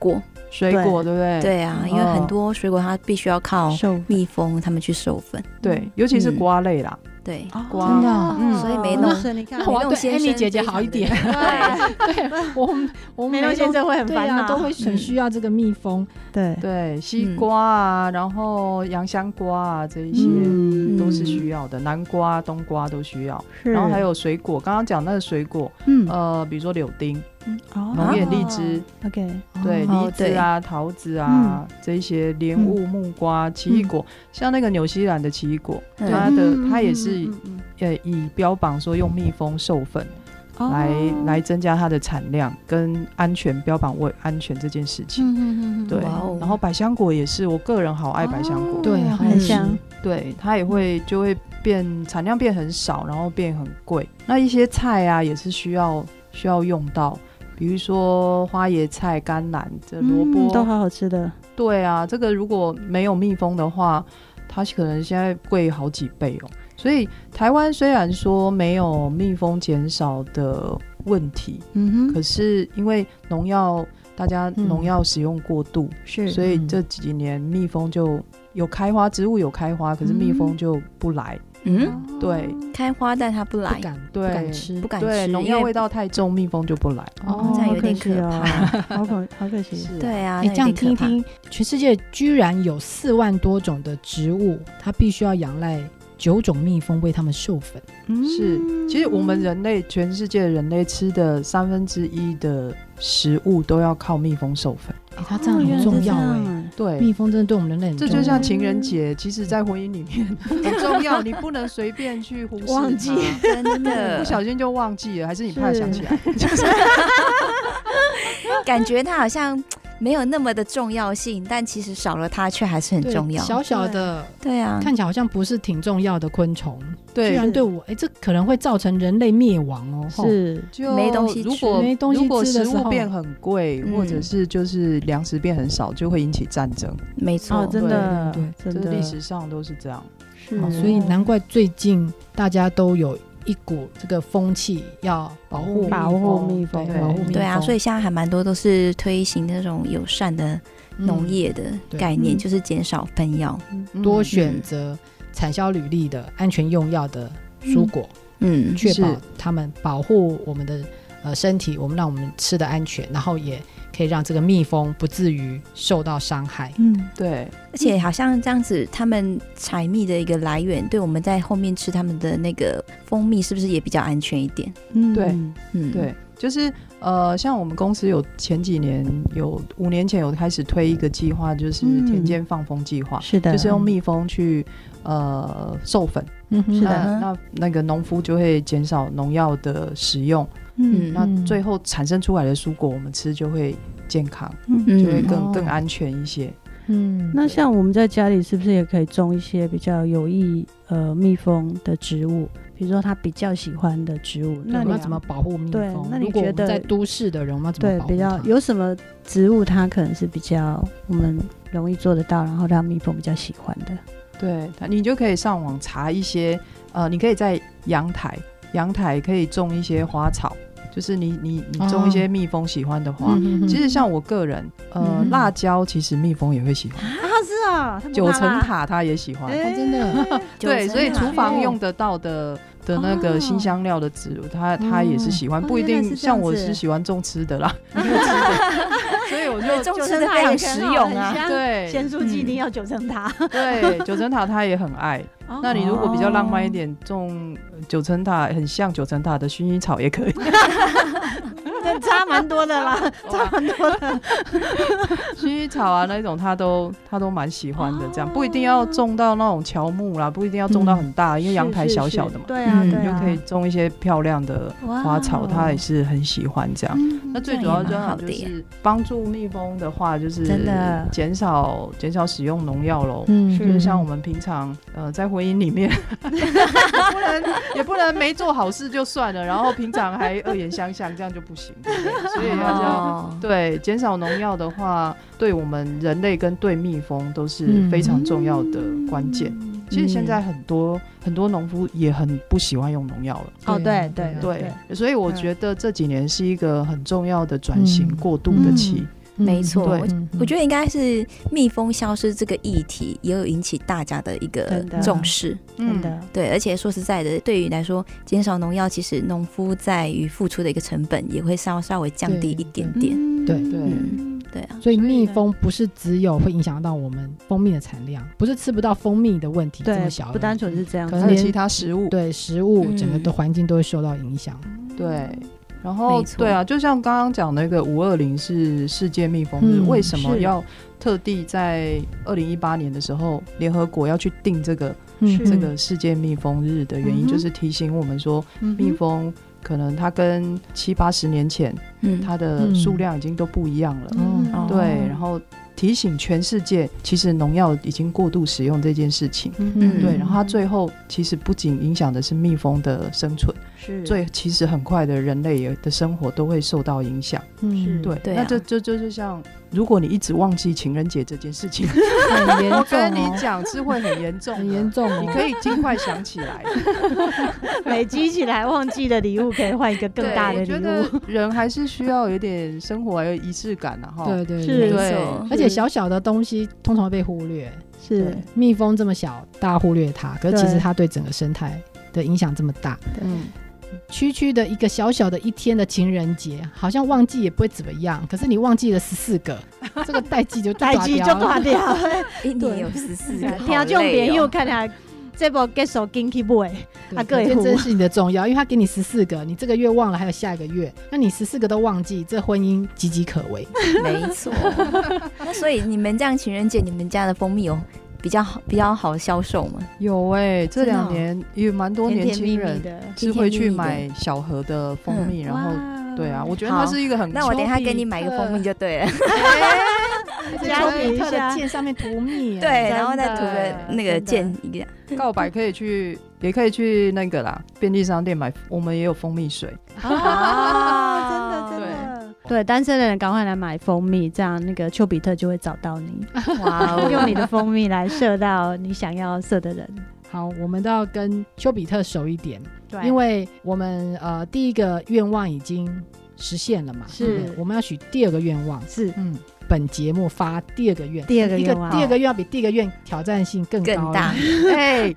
水果，对不对？ 对啊，因为很多水果它必须要靠蜜蜂它们去授粉， 对，尤其是瓜类啦。 对， 瓜， 真的， 嗯，所以梅农， 那我要对 Amy 姐姐好一点。对，对，我我梅农先生会很烦恼， 都会很需要这个蜜蜂。 对对，西瓜啊，然后洋香瓜啊，这一些都是需要的，南瓜、冬瓜都需要。然后还有水果，刚刚讲那个水果，呃，比如说柳丁。龙眼、荔枝 ，OK， 对，梨子啊、桃子啊，这一些莲雾、木瓜、奇异果，像那个纽西兰的奇异果，它的它也是呃以标榜说用蜜蜂授粉来来增加它的产量跟安全，标榜为安全这件事情。对，然后百香果也是，我个人好爱百香果， 对， 很香， 对，它也会就会变产量变很少，然后变很贵。那一些菜啊也是需要需要用到。比如说花椰菜、甘蓝、这萝卜、 嗯、都好好吃的。 对啊，这个如果没有蜜蜂的话，它可能现在贵好几倍哦。所以台湾虽然说没有蜜蜂减少的问题，嗯哼，可是因为农药，大家农药使用过度，是、嗯，所以这几年蜜蜂就有开花，植物有开花，可是蜜蜂就不来。嗯，对， 开花但它不来， 不敢， 对， 不敢吃， 不敢吃， 对，农药味道太重，蜜蜂就不来。 哦，这样有点可怕， 好可好可惜。 对啊， 你这样听一听，全世界居然有四万多种的植物，它必须要仰赖九种蜜蜂为它们授粉。 是，其实我们人类，全世界的人类吃的三分之一的食物都要靠蜜蜂授粉。 欸、它这样很重要哎、欸， 对， 蜜蜂真的对我们人类很重要。 这就像情人节，其实在婚姻里面很重要，你不能随便去忽视它， 忘记， 真的不小心就忘记了，还是你怕想起来？就是感觉它好像没有那么的重要性，但其实少了它却还是很重要。 小小的， 对啊， 看起来好像不是挺重要的昆虫， 对， 居然对我，哎、欸，这可能会造成人类灭亡哦。 是， 就没东西吃， 如果没东西吃的时候， 如果食物变很贵，嗯、或者是就是粮食变很少，就会引起战争。 没错、 哦，真的， 对， 对真的，历史上都是这样。 是、哦，所以难怪最近大家都有一股这个风气要保护保护蜜蜂， 保护蜜蜂。 对啊，所以现在还蛮多都是推行那种友善的农业的概念，嗯、就是减少喷药， 嗯、多选择产销履历的安全用药的蔬果，嗯，确保他们保护我们的呃身体，我们让我们吃的安全，然后也可以让这个蜜蜂不至于受到伤害。 嗯，对。 而且好像这样子，他们采蜜的一个来源，对我们在后面吃他们的那个蜂蜜，是不是也比较安全一点？ 嗯，对，嗯，对，就是呃，像我们公司有前几年有五年前有开始推一个计划，就是田间放蜂计划， 是的， 就是用蜜蜂去呃授粉。嗯，是的，那那那个农夫就会减少农药的使用。嗯，那最后产生出来的蔬果，我们吃就会健康，嗯，就会更、哦、更安全一些。 嗯，那像我们在家里是不是也可以种一些比较有益呃蜜蜂的植物？比如说他比较喜欢的植物， 那你要怎么保护蜜蜂？ 对，那你觉得在都市的人我们要怎么保护它？ 对，比较有什么植物它可能是比较我们容易做得到，然后让蜜蜂比较喜欢的？ 对，你就可以上网查一些，呃，你可以在阳台，阳台可以种一些花草。就是你你你种一些蜜蜂喜欢的花，哦、其实像我个人，呃，嗯、辣椒其实蜜蜂也会喜欢啊，是啊， 九层塔它也喜欢， 欸、真的， 对，所以厨房用得到的的那个辛香料的植物，它它也是喜欢，不一定像我是喜欢种吃的啦，吃的，所以我就种吃的非常实用啊， 对， 咸酥鸡一定要九层塔， 对，九层塔它也很爱。那你如果比较浪漫一点，种九层塔很像九层塔的薰衣草也可以， 那差蛮多的啦，差蛮多的。 薰衣草啊那种它都它都蛮喜欢的，这样不一定要种到那种乔木啦，不一定要种到很大，嗯、因为阳台小小的嘛， 对啊， 你就可以种一些漂亮的花草，它也是很喜欢这样。嗯、那最主要就是帮助蜜蜂的话，就是减少减少使用农药咯，嗯，就是像我们平常呃在婚姻里面不能也不能没做好事就算了，然后平常还恶言相向，这样就不行，对不对？所以要这样，对，减少农药的话，对我们人类跟对蜜蜂都是非常重要的关键。嗯、其实现在很多、嗯、很多农夫也很不喜欢用农药了。 哦，对对对, 对，所以我觉得这几年是一个很重要的转型过渡的期。嗯没错，我嗯我觉得应该是蜜蜂消失这个议题也有引起大家的一个重视， 真的。 对，而且说实在的，对于来说，减少农药，其实农夫在于付出的一个成本也会稍稍微降低一点点。 对对。 嗯对啊， 所以蜜蜂不是只有会影响到我们蜂蜜的产量，不是吃不到蜂蜜的问题这么小， 不单纯是这样， 可能连还有其他食物， 对食物、 嗯、 整个的环境都会受到影响。 对，然后对啊，就像刚刚讲那个五二零是世界蜜蜂日， 嗯、 为什么要特地在二零一八年的时候，联合国要去定这个、嗯、这个世界蜜蜂日的原因，就是提醒我们说，嗯、蜜蜂可能它跟七八十年前，嗯、它的数量已经都不一样了。嗯、对，然后提醒全世界，其实农药已经过度使用这件事情。嗯、对，然后它最后其实不仅影响的是蜜蜂的生存，是，最其实很快的人类的生活都会受到影响。嗯，对，对、啊，那这这这就像。如果你一直忘记情人节这件事情， 很严重、哦。 我跟你讲是会很严重， 很严重、哦。 你可以尽快想起来， 累积起来忘记的礼物可以换一个更大的礼物。我觉得人还是需要有点生活还有仪式感啊，哈。 对对对， 对，而且小小的东西通常会被忽略。 是蜜蜂这么小，大家忽略它，可是其实它对整个生态的影响这么大。嗯。区区的一个小小的一天的情人节，好像忘记也不会怎么样，可是你忘记了十四个，这个代际就代际就断掉， 一年有十四个， 听到这种朋友看下这部结束紧去买， 啊，这真是你的重要，因为他给你十四个，你这个月忘了，还有下一个月，那你十四个都忘记，这婚姻岌岌可危。 没错，那所以你们这样情人节，你们家的蜂蜜有比较好比较好销售吗？ 有哎、欸，这两年有蛮多年轻人是会去买小盒的蜂蜜，甜甜然后对啊，我觉得它是一个很…… 那我等一下给你买个蜂蜜就对了。 加比特的键上面涂蜜， 对，然后再涂个那个键一个。 告白可以去，也可以去那个啦，便利商店买，我们也有蜂蜜水啊，真的真的。对，单身的人赶快来买蜂蜜，这样那个丘比特就会找到你。哇，用你的蜂蜜来射到你想要射的人。 好，我们都要跟丘比特熟一点，对，因为我们呃第一个愿望已经实现了嘛，是，我们要许第二个愿望，是，嗯，本节目发第二个愿， 第二个愿望， 第二个愿望比第一个愿挑战性更高更大， 哎。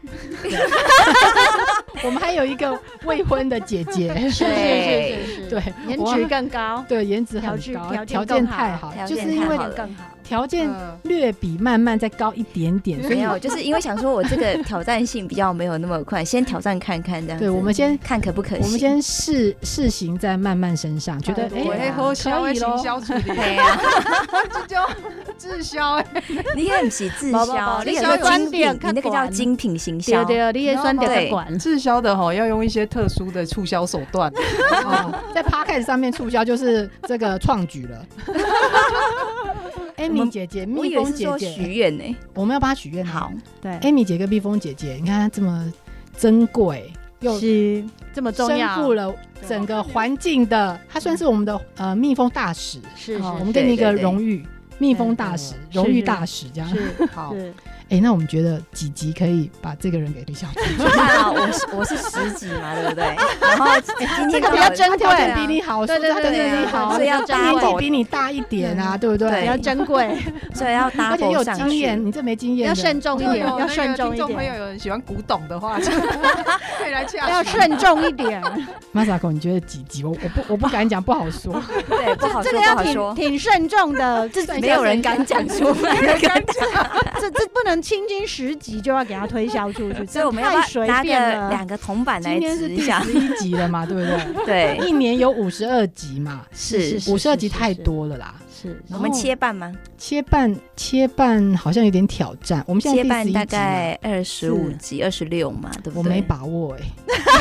我们还有一个未婚的姐姐， 是是是是，对，颜值更高， 对，颜值很高，条件太好，就是因为更好， 条件略比慢慢再高一点点， 没有，就是因为想说我这个挑战性比较没有那么快，先挑战看看这样子。 对，我们先看可不可行， 我们先试试行在慢慢身上，觉得哎， 可以咯， 对呀， 这叫滞销哎， 你也不是滞销，你那个精品，你那个叫精品行销， 对对，你也算点管滞销的哈，要用一些特殊的促销手段。 在 Podcast 上面促销就是这个创举了。Amy 姐姐，蜜蜂姐姐， 许愿呢， 我们要帮她许愿。 好， 对 ，Amy 姐跟蜜蜂姐姐，你看她这么珍贵，又是这么重要， 身负了整个环境的，她算是我们的呃蜜蜂大使， 是， 我们给你一个荣誉，蜜蜂大使，荣誉大使这样。好。哎、欸，那我们觉得几集可以把这个人给推销出去？ 啊，我是我是十集嘛，对不对？然后今天这个比较珍贵， 条件比你好， 对对对对， 好， 所以要年纪比你大一点啊，对不对？ 比较珍贵， 所以要搭而且有经验，你这没经验， 要慎重一点，要慎重一点。 听众朋友有人喜欢古董的话，可以来洽询。 要慎重一点。 Masako， 你觉得几集？我我不我不敢讲，不好说。 对，不好说， 这个要挺挺慎重的，这没有人敢讲出来，没有人敢讲。 这这不能轻轻十集就要给他推销出去， 所以我们要拿个两个铜板来指一下。 今天是第十一集了嘛，对不对？ 对， 一年有五十二集嘛， 是五十二集太多了啦。 是， 我们切半吗？ 切半，切半好像有点挑战。我们现在切半大概二十五集、二十六嘛，对不对？ 我没把握哎。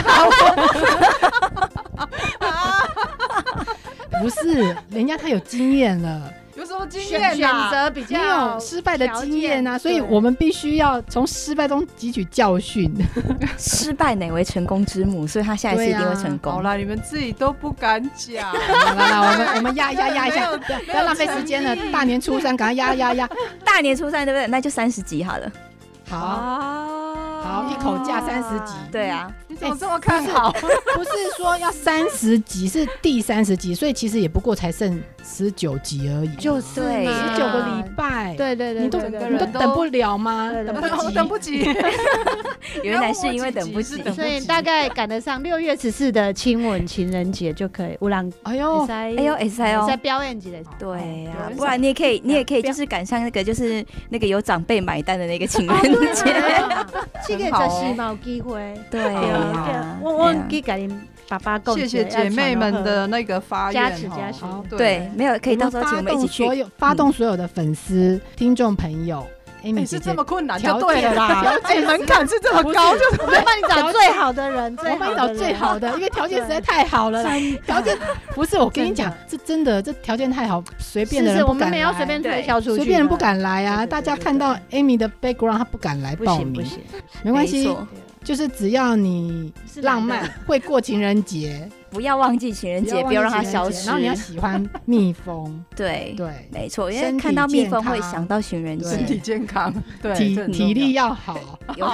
不是，人家他有经验了。 有什么经验啊？ 选择比较没有失败的经验啊，所以我们必须要从失败中汲取教训。 失败乃为成功之母，所以他下一次一定会成功。 好啦，你们自己都不敢讲。 好啦，我们我们压压压一下，不要浪费时间了。大年初三，赶快压压压。 大年初三对不对？那就三十集好了。 好，好，一口价三十集。 对啊， 你怎么这么看好？ 不是说要三十集，是第三十集，所以其实也不过才剩十九集而已， 就是对十九个礼拜， 对对对， 你都对对对你都等不了吗？ 对对对等不及， 等不及， 原来是因为等不及， 所以大概赶得上六月十四的亲吻情人节就可以。有人哎呦哎哎呦，哎塞哦， 在表演节的， 对呀、啊，不然你也可以，你也可以就是赶上那个就是那个有长辈买单的那个情人节， 这个就是冇机会。 对呀， 我我给给你爸爸讲， 谢谢姐妹们的那个发加愿， 持加持， 对，没有可以到时候请我们一起去所有发动所有的粉丝、听众朋友。Amy 是这么困难就条对了啦， 哎， 门槛是这么高，就我们帮你找最好的人， 我帮你找最好的，因为条件实在太好了。条件不是我跟你讲，这真的这条件太好，随便的人不敢来， 我们没有随便推销出去， 随便人不敢来啊！大家看到 Amy 的 background， 他不敢来报名， 不行， 没关系，就是只要你浪漫，会过情人节。 不要忘记情人节，不要让它消失。 然后你要喜欢蜜蜂， 对对， 没错，因为看到蜜蜂会想到情人节， 身体健康，对， 体体力要好。 有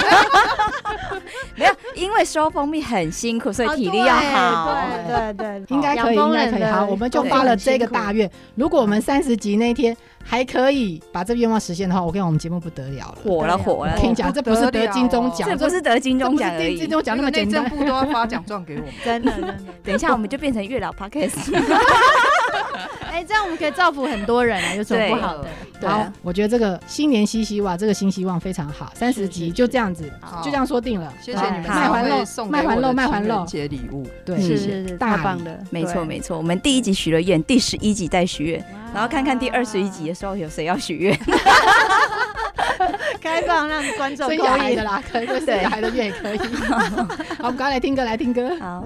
没有？因为收蜂蜜很辛苦，所以体力要好。 对对对， 应该可以，应该可以。好，我们就发了这个大愿。如果我们三十集那天还可以把这个愿望实现的话，我跟你讲，我们节目不得了了， 火了火了！ 我跟你讲，这不是得金钟奖， 这不是得金钟奖而已， 金钟奖那么简单， 内政部都要发奖状给我们， 真的真的。 等一下我们就变成月老 podcast。 哎，这样我们可以造福很多人啊，有什么不好的？ 好，我觉得这个新年希希望，这个新希望非常好。三十集就这样子，就这样说定了。 谢谢你们， 卖环肉，卖环肉，卖环肉， 节礼物， 对， 是是是，大棒的， 没错没错。我们第一集许了愿，第十一集再许愿，然后看看第二十一集的时候有谁要许愿。 开放让观众生小孩的啦，可以生小孩的愿也可以。好，我们刚才来听歌，来听歌。 好。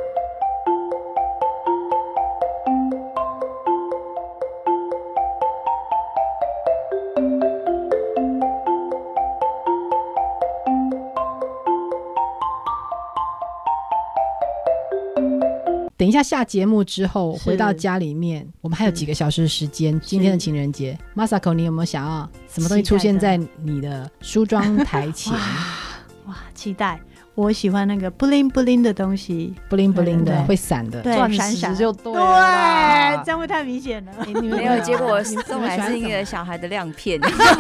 等一下下节目之后回到家里面，我们还有几个小时的时间。今天的情人节 ，Masako， 你有没有想要什么东西出现在你的梳妆台前？ 哇，期待！我喜欢那个 bling bling 的东西 ，bling bling 的会闪的， 钻石就对了。 对，这样会太明显了。 没有，结果送来是一个小孩的亮片。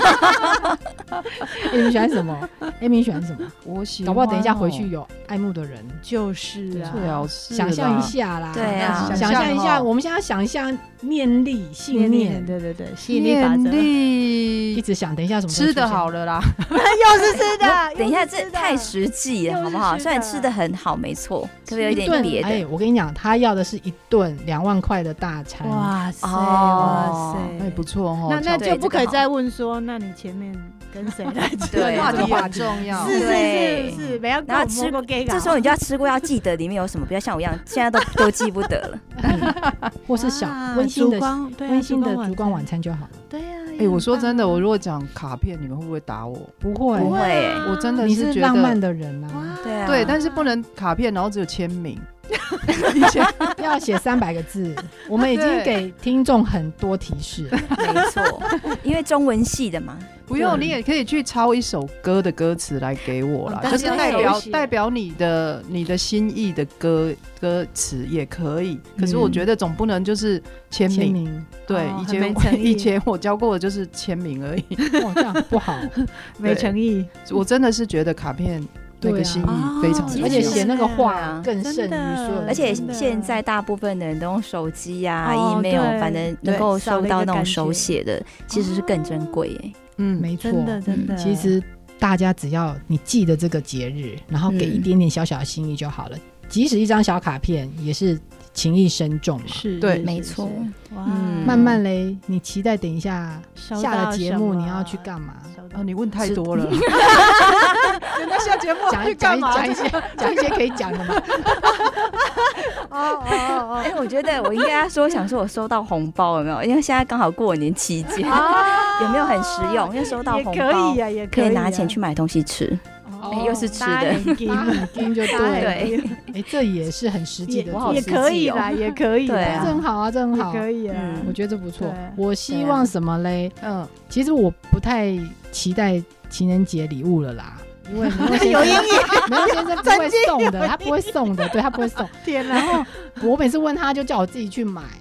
你们喜欢什么 ？Amy 喜欢什么？ 我喜欢， 搞不好等一下回去有爱慕的人， 就是啊， 最好是想象一下啦。 对啊， 想象一下，我们现在想一下念力、信念， 对对对，吸引力法则。 一直想，等一下什么吃的好了啦， 又是吃的。 等一下，这太实际了，好不好？虽然吃的很好，没错，可不可以有一点别的？ 哎，我跟你讲，他要的是一顿两万块的大餐。 哇塞，哇塞， 哎，不错哦。 那那就不可以再问说，那你前面跟谁来吃？ 对， 话题很重要。 是是是是，不要。 然后吃过，这时候你就要吃过，要记得里面有什么，不要像我一样，现在都都记不得了。 或是小温馨的温馨的烛光晚餐就好了。 对呀。 哎，我说真的，我如果讲卡片，你们会不会打我？ 不会， 不会。 我真的你是浪漫的人啊。 对啊。 对，但是不能卡片，然后只有签名。 以前要写三百个字，我们已经给听众很多提示了。 没错，因为中文系的嘛。 不用，你也可以去抄一首歌的歌词来给我啦，就是代表代表你的你的心意的歌歌词也可以。可是我觉得总不能就是签名，对，以前以前我教过的就是签名而已， 哇，这样不好， 没诚意。 我真的是觉得卡片那个心意非常， 而且写那个话更胜于所有。 而且现在大部分的人都用手机啊、email， 反正能够收到那种手写的，其实是更珍贵耶。 嗯，没错， 真的真的。 其实大家只要你记得这个节日，然后给一点点小小的心意就好了。即使一张小卡片，也是情意深重嘛。 是， 对，没错。 哇，慢慢嘞，你期待等一下下了节目你要去干嘛？ 啊，你问太多了。人家下节目讲讲讲一些讲一些可以讲的嘛。 哦哦哦！ 哎，我觉得我应该说，想说我收到红包有没有？因为现在刚好过年期间，有没有很实用？因为收到红包可以呀，也可以拿钱去买东西吃。哎，又是吃的， 金就对，哎，这也是很实际的， 也可以啦，也可以， 对啊，这很好啊，这很好， 可以啊， 我觉得这不错。我希望什么嘞？嗯，其实我不太期待情人节礼物了啦，因为有阴影， 梅洛先生不会送的，他不会送的，对他不会送。 天哪！ 然后我每次问他就叫我自己去买。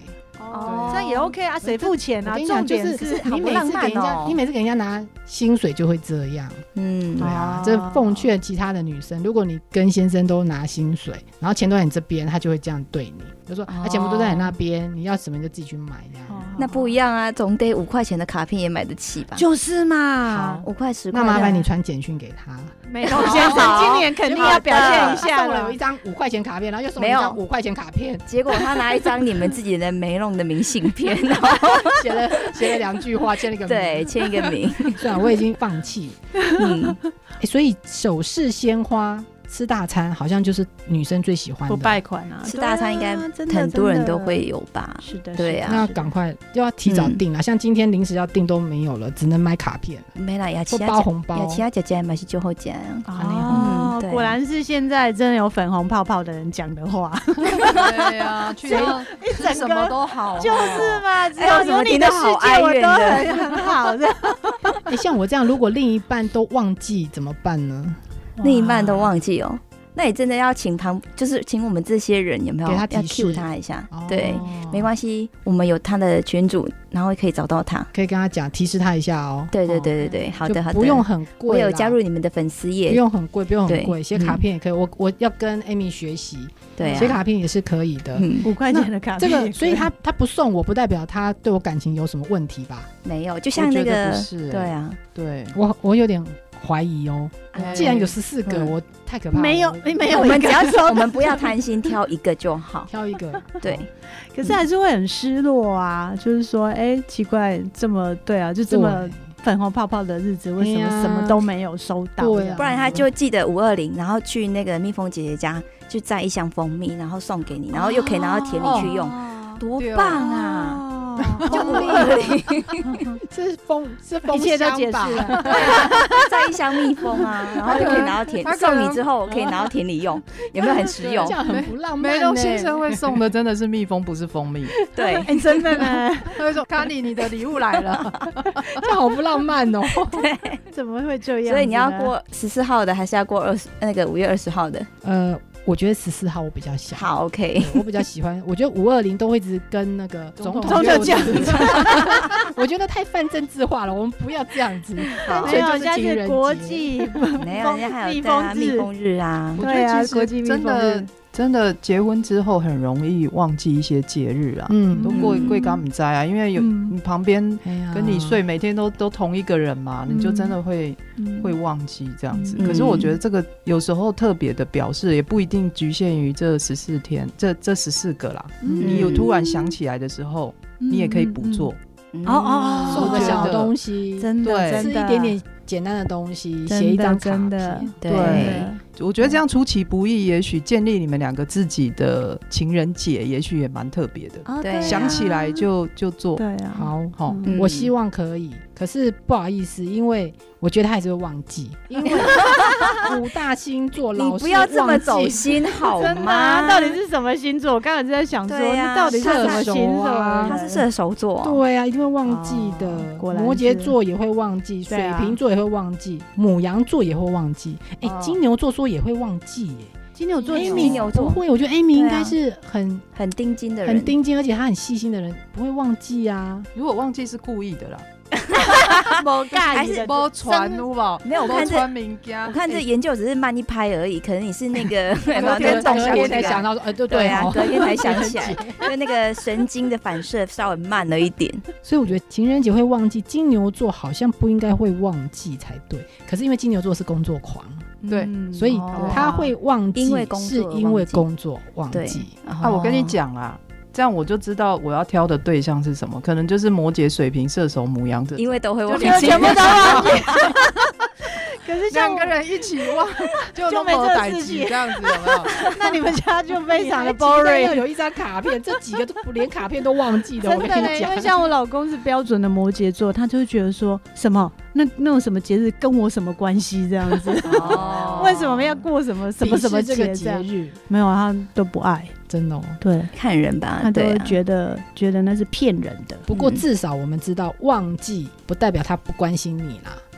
哦，这样也 OK 啊，谁付钱啊？重点是你每次给人家，你每次给人家拿薪水就会这样。 嗯， 对啊，这奉劝其他的女生，如果你跟先生都拿薪水，然后钱都在你这边，他就会这样对你，就说啊，钱不都在你那边，你要什么你就自己去买这样。 那不一样啊，总得五块钱的卡片也买得起吧？ 就是嘛， 五块十块。 那麻烦你传简讯给他。 美容先生今年肯定要表现一下了， 送了我一张五块钱卡片，然后又送了一张五块钱卡片， 结果他拿一张你们自己的梅弄的明信片，然后写了写了两句话，签了一个名， 对，签一个名。 算了，我已经放弃。嗯，欸、所以首饰鲜花。吃大餐好像就是女生最喜欢的， 不败款啊！ 吃大餐应该很多人都会有吧？ 是的， 对啊， 那要赶快就要提早订啊！嗯、像今天临时要订都没有了，只能买卡片。 没啦，雅琪或包红包， 雅琪姐姐买是就后讲哦、嗯，果然是现在真的有粉红泡泡的人讲的话。 对呀，去到什么都好， 就是嘛，只要有你的世界我都很很好的。 哎、欸，像我这样，如果另一半都忘记怎么办呢？ 另一半都忘记哦，那你真的要请旁，就是请我们这些人有没有给他提示， 要 cue 他一下？ 哦、 对，没关系，我们有他的群组，然后可以找到他， 可以跟他讲，提示他一下哦。 对对对对对，好的好的， 不用很贵， 我有加入你们的粉丝页， 不用很贵，不用很贵，写卡片也可以。我我要跟 Amy 学习， 对、啊， 写卡片也是可以的， 五块钱的卡片， 这个，所以他他不送我，不代表他对我感情有什么问题吧？ 没有，就像那个， 是欸、 对啊， 对我我有点怀疑哦。既然有十四个，我太可怕了。 没有，没有， 我们只要说，我们不要贪心，挑一个就好， 挑一个。 对， 可是还是会很失落啊。就是说，哎，奇怪，这么对啊，就这么粉红泡泡的日子，为什么什么都没有收到？ 对啊， 不然他就记得五二零，然后去那个蜜蜂姐姐家，就摘一箱蜂蜜，然后送给你，然后又可以拿到田里去用，多棒啊！就五二零， 是蜂是蜂一切都解释了， 摘一箱蜜蜂啊，然后就可以拿到田，送你之后可以拿到田里用，有没有很实用？ 这样很不浪漫。 梅东先生会送的真的是蜜蜂，不是蜂蜜。 对， 哎，真的呢。 他会说：“卡尼，你的礼物来了。” 这样好不浪漫哦。 对， 怎么会这样？ 所以你要过十四号的，还是要过二十那个五月二十号的？ 呃。我觉得十四号我比较想好 ，OK， 我比较喜欢。我觉得五二零都会一直跟那个总统就这样子，我觉得太泛政治化了，我们不要这样子。 好，没有，现在是国际没有，人家还有在蜜蜂日啊， 对啊，国际蜜蜂日。 真的结婚之后很容易忘记一些节日啊，嗯，都过过刚不在啊，因为有、嗯、你旁边跟你睡，每天都都同一个人嘛，嗯、你就真的会、嗯、会忘记这样子。嗯、可是我觉得这个有时候特别的表示，也不一定局限于这十四天，这这十四个啦。嗯、你有突然想起来的时候，嗯、你也可以补做。 哦哦，送个小东西， 真的， 是一点点简单的东西，写一张卡片， 对。 我觉得这样出其不意，也许建立你们两个自己的情人节，也许也蛮特别的。 哦、对、啊， 想起来就就做。 对啊， 好好、嗯，我希望可以。可是不好意思，因为我觉得他还是会忘记，因为五大星座老是忘记。 你不要这么走心好吗？ 到底是什么星座？我刚才就在想说，啊、到底是什么星座啊？ 他是射手座。 对啊，一定会忘记的。哦、摩羯座也会忘记，水瓶座也会忘记，牡羊座也会忘记。哎、欸，金牛座说也会忘记耶。 金牛座 ，Amy 金牛座不会，我觉得 Amy 应该是很、啊、 很钉金的人， 很钉金，而且他很细心的人，不会忘记啊。 如果忘记是故意的啦。 没干， 还是没传有无？ 没有，我看这我看这研究只是慢一拍而已，可能你是那个隔天隔天才想到说，呃，对对啊，隔天才想起来，因为那个神经的反射稍微慢了一点。 所以我觉得情人节会忘记，金牛座好像不应该会忘记才对。可是因为金牛座是工作狂， 对， 所以他会忘记， 因为工作是因为工作忘记。 啊，我跟你讲啦。这样我就知道我要挑的对象是什么，可能就是摩羯、水瓶、射手、牡羊的， 因为都会忘记， 全部都忘记。可是两个人一起忘，就就没这事情， 这样子有没有？ 那你们家就非常的 boring。 要有一张卡片，这几个都连卡片都忘记的。 真的嘞，因为像我老公是标准的摩羯座，他就会觉得说什么那那种什么节日跟我什么关系这样子？哦，为什么要过什么什么什么节日？ 没有，他都不爱。 真的哦， 对， 看人吧， 他都会觉得、啊、觉得那是骗人的。 不过至少我们知道，忘记不代表他不关心你啦。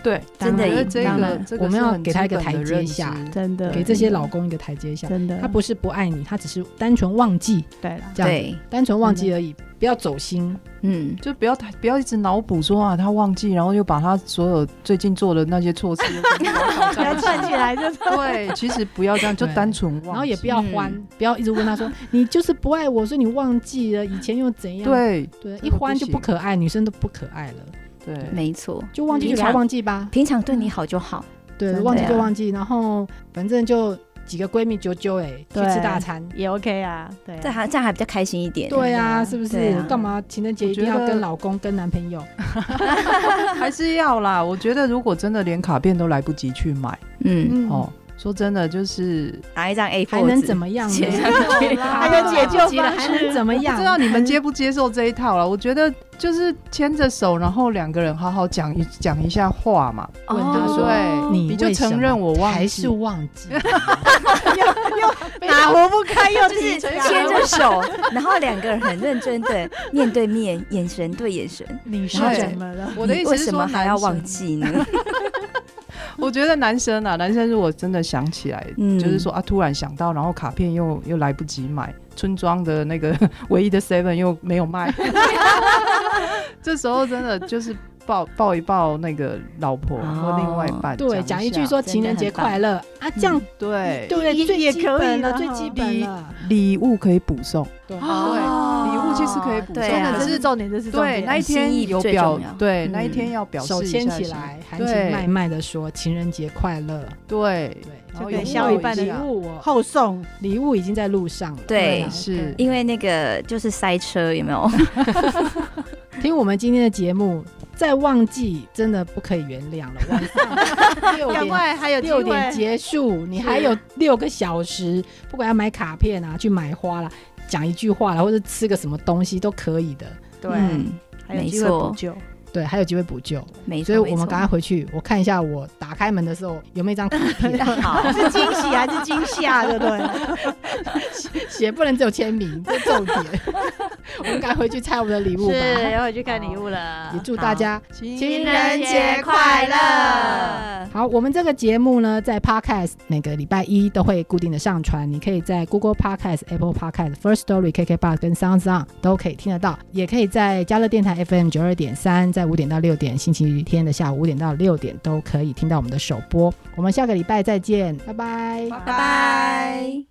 对， 真的我觉得这个当然这个我们要是很给他一个基本的台阶认知下真的给这些老公一个台阶下， 真的， 他不是不爱你，他只是单纯忘记， 对了， 这样对子，单纯忘记而已，不要走心。 嗯， 就不要太不要一直脑补说啊他忘记，然后又把他所有最近做的那些错事又跟他搞在要一起串起来就对，其实不要这样，就对单纯忘记， 然后也不要欢， 嗯不要一直问他说你就是不爱我，所以你忘记了以前又怎样？ 对对， 这个一欢就不行不可爱，女生都不可爱了， 对没错， 就忘记就给他平常忘记吧。 平常对你好就好。 对， 真的忘记就啊忘记，然后反正就几个闺蜜揪揪哎，去对吃大餐。 也 OK 啊，对啊， 这还这样还比较开心一点。 对啊， 啊是不是对啊？ 干嘛情人节一定要我觉得跟老公、跟男朋友？ 还是要啦。我觉得如果真的连卡片都来不及去买， 嗯， 嗯， 哦，说真的就是拿一张 A 四还能怎么样呢？ 写上去还有解救方还式能怎么样？ 不知道你们接不接受这一套了。我觉得就是牵着手，然后两个人好好讲一讲一下话嘛。 问他说对， 你你就为什么承认我忘记还是忘记？ 哪壶不开又就是提起来牵着手，然后两个人很认真的面对面，眼神对眼神。 你是对怎么了？ 我的意你为思是说， 什么还要忘？记呢？ 我觉得男生啊，男生如果真的想起来， 嗯就是说啊，突然想到，然后卡片又又来不及买，村庄的那个唯一的 seven 又没有卖，这时候真的就是抱抱一抱那个老婆或另外一半， 对，讲一句说情人节快乐啊，这样对对不对？ 也最基也可以本了， 啦最基本了。 礼物可以补送， 对哦礼物其实可以补送， 对啊可是这是重点，这是重对点。 那一天心意最有表重要， 对嗯那一天要表示手一下牵起来，含情对脉脉的说情人节快乐。 对对， 就可以然后拥笑一半的抱下礼物我后送礼物已经在路上了。 对啊是因为那个就是塞车，有没有？ 听我们今天的节目，再忘记真的不可以原谅了。晚上六赶点快还有机六点会， 结束，你还有六个小时，不管要买卡片啊，去买花啦，讲一句话啦，或者吃个什么东西都可以的。 对， 嗯， 还有机会没错补救。 对，还有机会补救， 没错。 所以我们没错赶快回去，我看一下我打开门的时候有没有一张卡片。 好， 是惊喜还是惊吓，对不对？ 写不能只有签名，这是重点。我们赶快回去拆我们的礼物吧。 是，要回去看礼物了也。祝大家情人节快乐！ 好，我们这个节目呢，在 Podcast 每个礼拜一都会固定的上传，你可以在 Google Podcast、Apple Podcast、First Story、K K Box 跟 Sounds On 都可以听得到，也可以在嘉乐电台 F M 九二点三，在五点到六点，星期天的下午五点到六点都可以听到我们的首播。我们下个礼拜再见，拜拜， 拜拜。